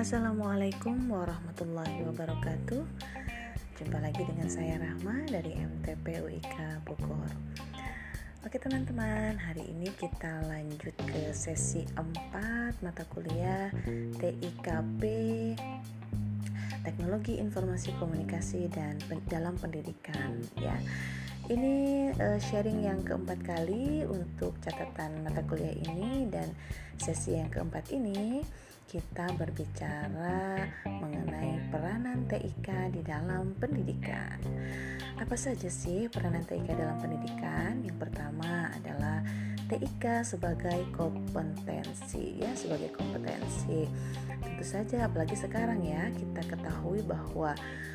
Assalamualaikum warahmatullahi wabarakatuh. Jumpa lagi dengan saya Rahma dari MTP UIK Bogor. Oke teman-teman, hari ini kita lanjut ke sesi 4 mata kuliah TIKP Teknologi Informasi Komunikasi dan dalam Pendidikan ya. Ini sharing yang keempat kali untuk catatan mata kuliah ini, dan sesi yang keempat ini kita berbicara mengenai peranan TIK di dalam pendidikan. Apa saja sih peranan TIK dalam pendidikan? Yang pertama adalah TIK sebagai kompetensi ya, sebagai kompetensi. Tentu saja apalagi sekarang ya, kita ketahui bahwa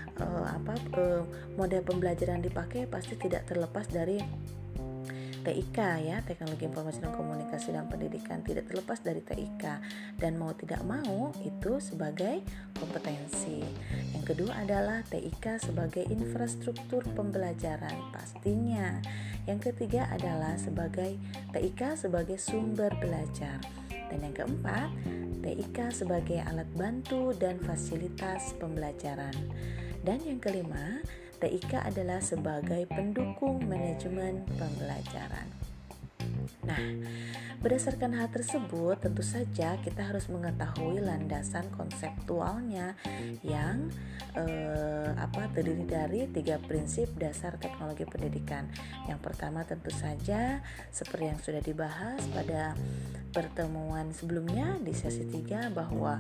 model pembelajaran dipakai pasti tidak terlepas dari TIK ya, Teknologi Informasi dan Komunikasi dan Pendidikan, tidak terlepas dari TIK, dan mau tidak mau itu sebagai kompetensi. Yang kedua adalah TIK sebagai infrastruktur pembelajaran pastinya. Yang ketiga adalah sebagai TIK sebagai sumber belajar. Dan yang keempat, TIK sebagai alat bantu dan fasilitas pembelajaran. Dan yang kelima, TIK adalah sebagai pendukung manajemen pembelajaran. Nah, berdasarkan hal tersebut, tentu saja kita harus mengetahui landasan konseptualnya yang terdiri dari 3 prinsip dasar teknologi pendidikan. Yang pertama tentu saja seperti yang sudah dibahas pada pertemuan sebelumnya di sesi 3 bahwa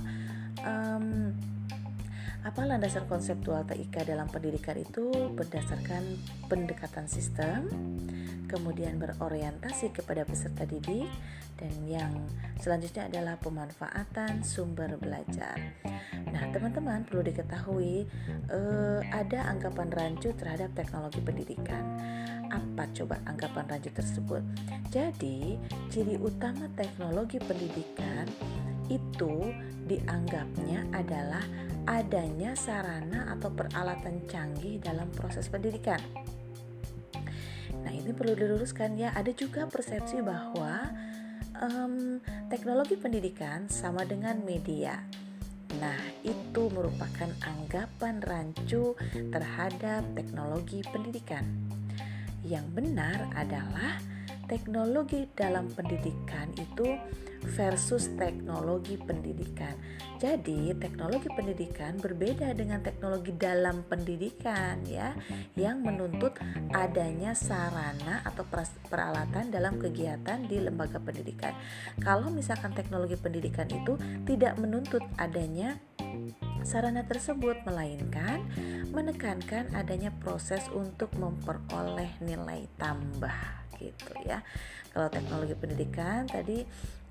landasan konseptual TIK dalam pendidikan itu berdasarkan pendekatan sistem, kemudian berorientasi kepada peserta didik, dan yang selanjutnya adalah pemanfaatan sumber belajar. Nah, teman-teman perlu diketahui ada anggapan rancu terhadap teknologi pendidikan. Apa coba anggapan rancu tersebut? Jadi, ciri utama teknologi pendidikan itu dianggapnya adalah adanya sarana atau peralatan canggih dalam proses pendidikan. Nah, ini perlu diluruskan ya. Ada juga persepsi bahwa teknologi pendidikan sama dengan media. Nah, itu merupakan anggapan rancu terhadap teknologi pendidikan. Yang benar adalah teknologi dalam pendidikan itu versus teknologi pendidikan. Jadi, teknologi pendidikan berbeda dengan teknologi dalam pendidikan ya, yang menuntut adanya sarana atau peralatan dalam kegiatan di lembaga pendidikan. Kalau misalkan teknologi pendidikan itu tidak menuntut adanya sarana tersebut, melainkan menekankan adanya proses untuk memperoleh nilai tambah gitu ya. Kalau teknologi pendidikan tadi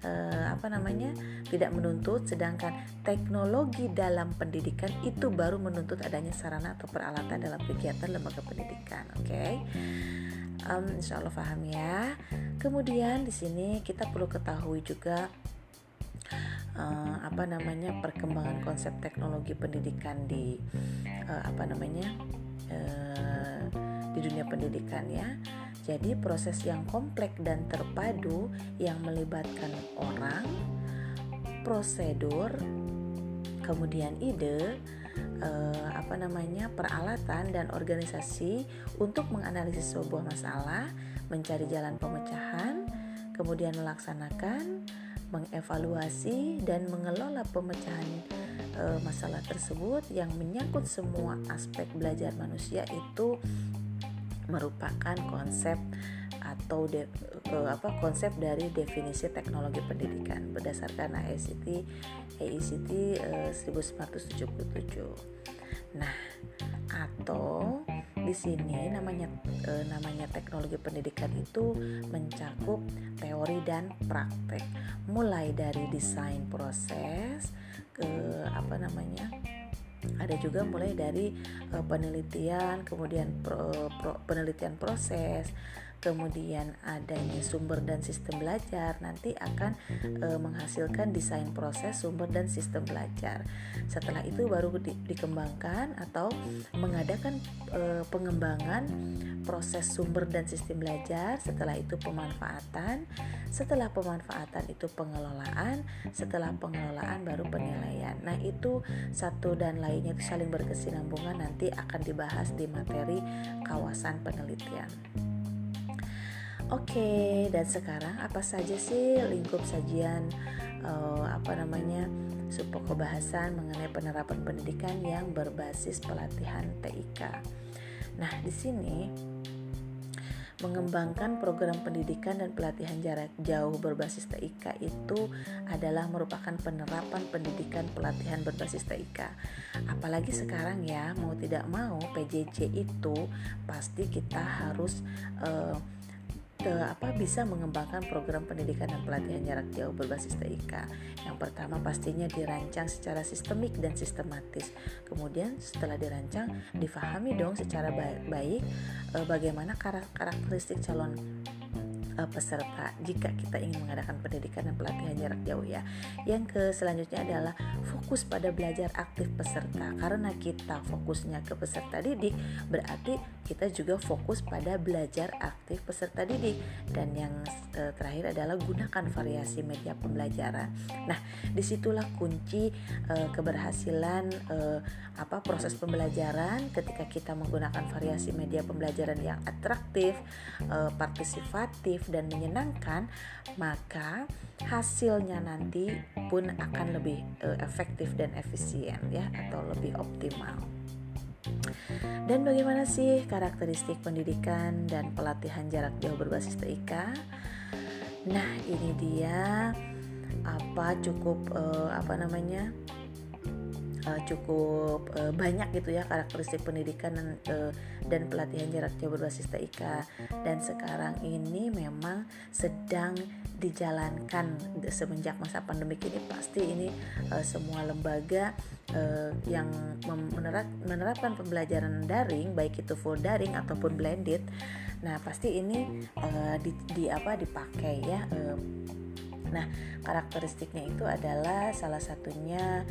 tidak menuntut, sedangkan teknologi dalam pendidikan itu baru menuntut adanya sarana atau peralatan dalam kegiatan lembaga pendidikan. Oke. Insya Allah paham ya. Kemudian di sini kita perlu ketahui juga perkembangan konsep teknologi pendidikan di di dunia pendidikan ya. Jadi proses yang kompleks dan terpadu yang melibatkan orang, prosedur, kemudian ide, peralatan dan organisasi untuk menganalisis sebuah masalah, mencari jalan pemecahan, kemudian melaksanakan, mengevaluasi dan mengelola pemecahan masalah tersebut yang menyangkut semua aspek belajar manusia itu merupakan konsep atau konsep dari definisi teknologi pendidikan berdasarkan AICTE 1977. Nah, atau di sini namanya teknologi pendidikan itu mencakup teori dan praktek, mulai dari desain proses ada juga mulai dari penelitian, kemudian penelitian proses, kemudian adanya sumber dan sistem belajar, nanti akan menghasilkan desain proses sumber dan sistem belajar. Setelah itu baru dikembangkan atau mengadakan pengembangan proses sumber dan sistem belajar. Setelah itu pemanfaatan, setelah pemanfaatan itu pengelolaan, setelah pengelolaan baru penilaian. Nah, itu satu dan lainnya itu saling berkesinambungan, nanti akan dibahas di materi kawasan penelitian. Oke, dan sekarang apa saja sih lingkup sajian subpokok bahasan mengenai penerapan pendidikan yang berbasis pelatihan TIK. Nah, di sini mengembangkan program pendidikan dan pelatihan jarak jauh berbasis TIK itu adalah merupakan penerapan pendidikan pelatihan berbasis TIK. Apalagi sekarang ya, mau tidak mau PJJ itu pasti kita harus bisa mengembangkan program pendidikan dan pelatihan jarak jauh berbasis TIK. Yang pertama pastinya dirancang secara sistemik dan sistematis. Kemudian setelah dirancang, difahami dong secara baik bagaimana karakteristik calon peserta jika kita ingin mengadakan pendidikan dan pelatihan jarak jauh ya. Yang selanjutnya adalah fokus pada belajar aktif peserta. Karena kita fokusnya ke peserta didik, berarti kita juga fokus pada belajar aktif peserta didik. Dan yang terakhir adalah gunakan variasi media pembelajaran. Nah, disitulah kunci keberhasilan proses pembelajaran ketika kita menggunakan variasi media pembelajaran yang atraktif, partisipatif dan menyenangkan, maka hasilnya nanti pun akan lebih efektif dan efisien ya, atau lebih optimal. Dan bagaimana sih karakteristik pendidikan dan pelatihan jarak jauh berbasis TIK? Nah, ini dia cukup banyak gitu ya karakteristik pendidikan dan pelatihan jarak jauh berbasis TIK, dan sekarang ini memang sedang dijalankan semenjak masa pandemik ini. Pasti ini semua lembaga yang menerapkan pembelajaran daring, baik itu full daring ataupun blended, nah pasti ini dipakai ya. Nah, karakteristiknya itu adalah salah satunya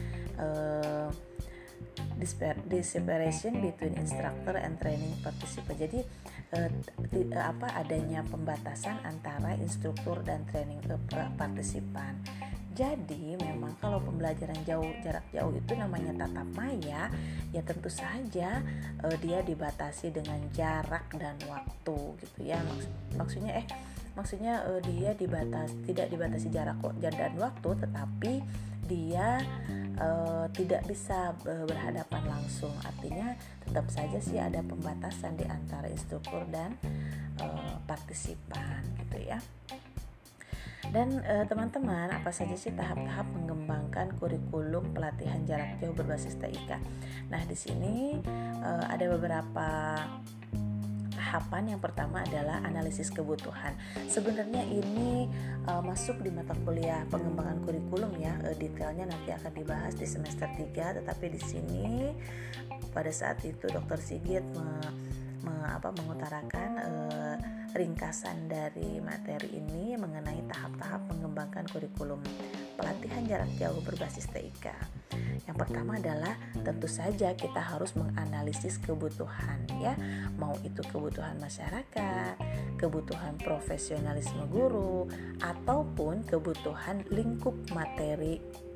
separation between instructor and training participant. Jadi adanya pembatasan antara instruktur dan training partisipan. Jadi memang kalau pembelajaran jarak jauh itu namanya tatap maya, ya tentu saja dia dibatasi dengan jarak dan waktu gitu ya. Maksudnya dia tidak dibatasi jarak dan waktu, tetapi dia tidak bisa berhadapan langsung. Artinya tetap saja sih ada pembatasan di antara instruktur dan partisipan gitu ya. Dan teman-teman, apa saja sih tahap-tahap mengembangkan kurikulum pelatihan jarak jauh berbasis TIK? Nah, di sini ada beberapa tahapan. Yang pertama adalah analisis kebutuhan. Sebenarnya ini masuk di mata kuliah pengembangan kurikulum ya. Detailnya nanti akan dibahas di semester 3, tetapi di sini pada saat itu Dr. Sigit mengutarakan ringkasan dari materi ini mengenai tahap-tahap mengembangkan kurikulum pelatihan jarak jauh berbasis TIK. Yang pertama adalah tentu saja kita harus menganalisis kebutuhan ya, mau itu kebutuhan masyarakat, kebutuhan profesionalisme guru, ataupun kebutuhan lingkup materi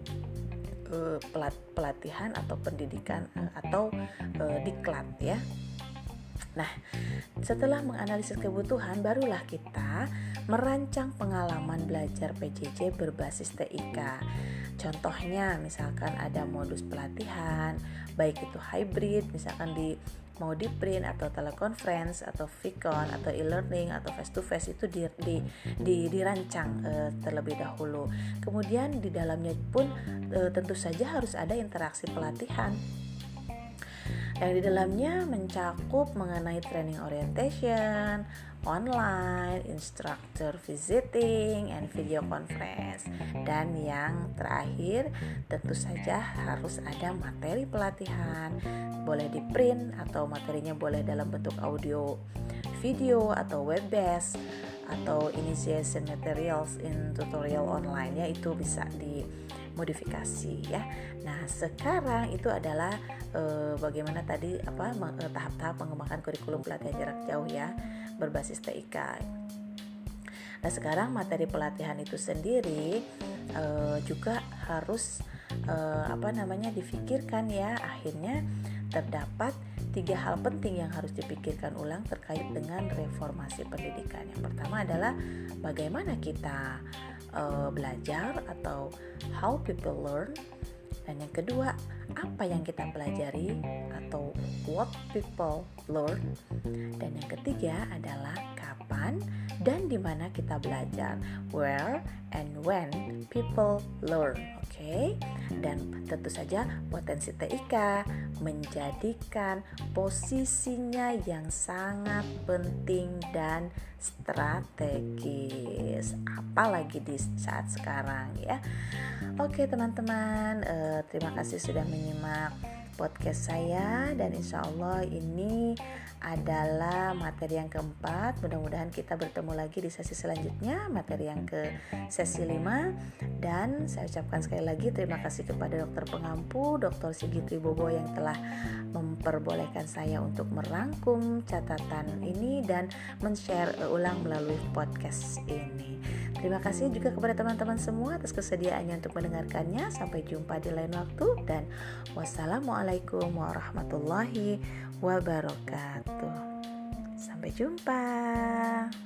pelatihan atau pendidikan atau diklat ya. Nah, setelah menganalisis kebutuhan, barulah kita merancang pengalaman belajar PJJ berbasis TIK. Contohnya, misalkan ada modus pelatihan, baik itu hybrid, misalkan mau di print atau teleconference atau Vicon atau e-learning atau face to face, itu dirancang terlebih dahulu. Kemudian di dalamnya pun tentu saja harus ada interaksi pelatihan. yang di dalamnya mencakup mengenai training orientation, online, instructor visiting, and video conference. Dan yang terakhir, tentu saja harus ada materi pelatihan, boleh di print atau materinya boleh dalam bentuk audio, video atau web based atau initiation materials in tutorial online, ya itu bisa dimodifikasi ya. Nah, sekarang itu adalah bagaimana tadi tahap-tahap mengembangkan kurikulum pelatihan jarak jauh ya berbasis TIK. Nah, sekarang materi pelatihan itu sendiri juga harus difikirkan ya. Akhirnya terdapat 3 hal penting yang harus dipikirkan ulang terkait dengan reformasi pendidikan. Yang pertama adalah bagaimana kita belajar atau how people learn. Dan yang kedua, apa yang kita pelajari atau what people learn. Dan yang ketiga adalah kapan dan di mana kita belajar, where and when people learn. Oke. Dan tentu saja potensi TIK menjadikan posisinya yang sangat penting dan strategis, apalagi di saat sekarang ya. Oke teman-teman, terima kasih sudah menyimak podcast saya, dan insya Allah ini adalah materi yang keempat. Mudah-mudahan kita bertemu lagi di sesi selanjutnya, materi yang ke sesi 5. Dan saya ucapkan sekali lagi terima kasih kepada dokter pengampu, Dr. Sigit Wibowo, yang telah memperbolehkan saya untuk merangkum catatan ini dan men-share ulang melalui podcast ini. Terima kasih juga kepada teman-teman semua atas kesediaannya untuk mendengarkannya. Sampai jumpa di lain waktu, dan wassalamualaikum warahmatullahi wabarakatuh. Sampai jumpa.